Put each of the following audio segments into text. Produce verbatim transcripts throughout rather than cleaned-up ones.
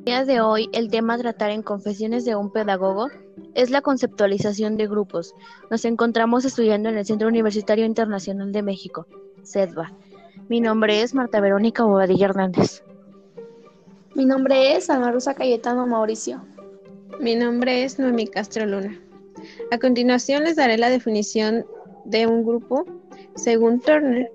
día de hoy, el tema a tratar en Confesiones de un Pedagogo es la conceptualización de grupos. Nos encontramos estudiando en el Centro Universitario Internacional de México, CEDVA. Mi nombre es Marta Verónica Bobadilla Hernández. Mi nombre es Alma Rosa Cayetano Mauricio. Mi nombre es Noemí Castro Luna. A continuación les daré la definición de un grupo según Turner.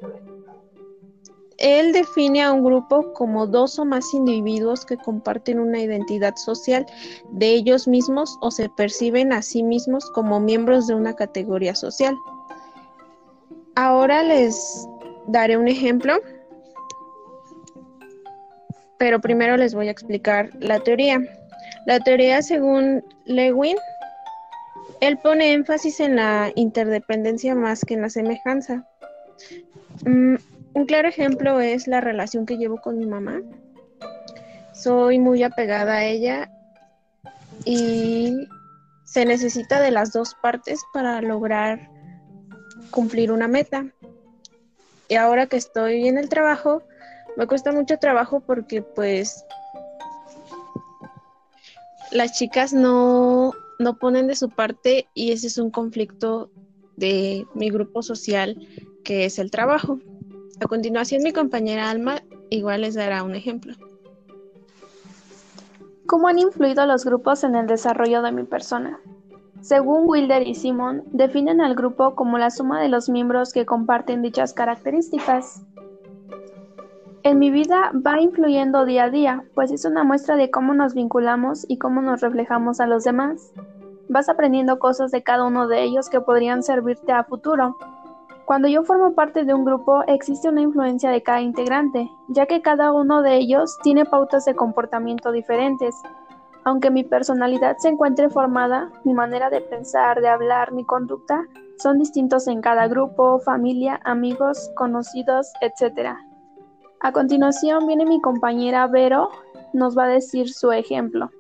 Él define a un grupo como dos o más individuos que comparten una identidad social de ellos mismos o se perciben a sí mismos como miembros de una categoría social. Ahora les daré un ejemplo, pero primero les voy a explicar la teoría. La teoría, según Lewin, él pone énfasis en la interdependencia más que en la semejanza. Mm, un claro ejemplo es la relación que llevo con mi mamá. Soy muy apegada a ella y se necesita de las dos partes para lograr cumplir una meta. Y ahora que estoy en el trabajo, me cuesta mucho trabajo porque pues las chicas no, no ponen de su parte y ese es un conflicto de mi grupo social, que es el trabajo. A continuación, mi compañera Alma igual les dará un ejemplo. ¿Cómo han influido los grupos en el desarrollo de mi persona? Según Wilder y Simon, definen al grupo como la suma de los miembros que comparten dichas características. En mi vida va influyendo día a día, pues es una muestra de cómo nos vinculamos y cómo nos reflejamos a los demás. Vas aprendiendo cosas de cada uno de ellos que podrían servirte a futuro. Cuando yo formo parte de un grupo, existe una influencia de cada integrante, ya que cada uno de ellos tiene pautas de comportamiento diferentes. Aunque mi personalidad se encuentre formada, mi manera de pensar, de hablar, mi conducta, son distintos en cada grupo, familia, amigos, conocidos, etcétera. A continuación viene mi compañera Vero, nos va a decir su ejemplo.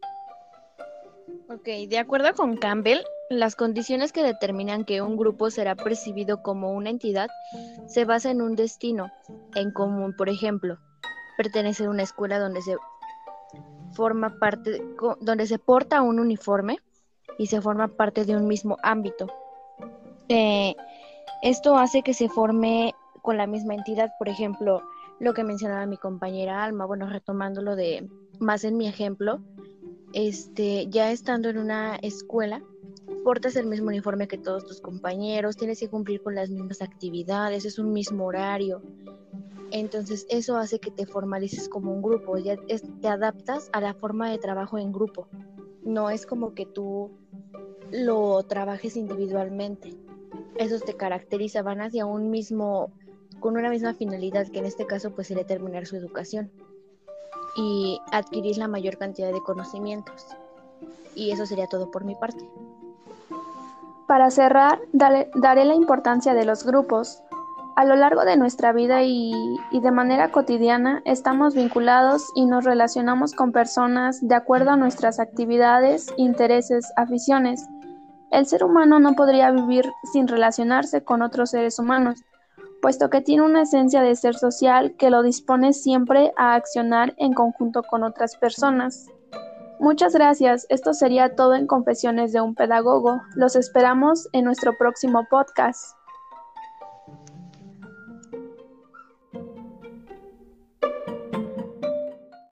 Ok, de acuerdo con Campbell, las condiciones que determinan que un grupo será percibido como una entidad se basan en un destino en común. Por ejemplo, pertenecer a una escuela donde se forma parte, donde se porta un uniforme y se forma parte de un mismo ámbito. Eh, esto hace que se forme con la misma entidad. Por ejemplo, lo que mencionaba mi compañera Alma, bueno, retomándolo de más en mi ejemplo, este, ya estando en una escuela, portas el mismo uniforme que todos tus compañeros, tienes que cumplir con las mismas actividades, es un mismo horario. Entonces eso hace que te formalices como un grupo, ya es, te adaptas a la forma de trabajo en grupo. No es como que tú lo trabajes individualmente. Eso te caracteriza, van hacia un mismo, con una misma finalidad, que en este caso pues sería terminar su educación y adquirir la mayor cantidad de conocimientos. Y eso sería todo por mi parte. Para cerrar, dale, daré la importancia de los grupos. A lo largo de nuestra vida y, y de manera cotidiana estamos vinculados y nos relacionamos con personas de acuerdo a nuestras actividades, intereses, aficiones. El ser humano no podría vivir sin relacionarse con otros seres humanos, puesto que tiene una esencia de ser social que lo dispone siempre a accionar en conjunto con otras personas. Muchas gracias, esto sería todo en Confesiones de un Pedagogo. Los esperamos en nuestro próximo podcast.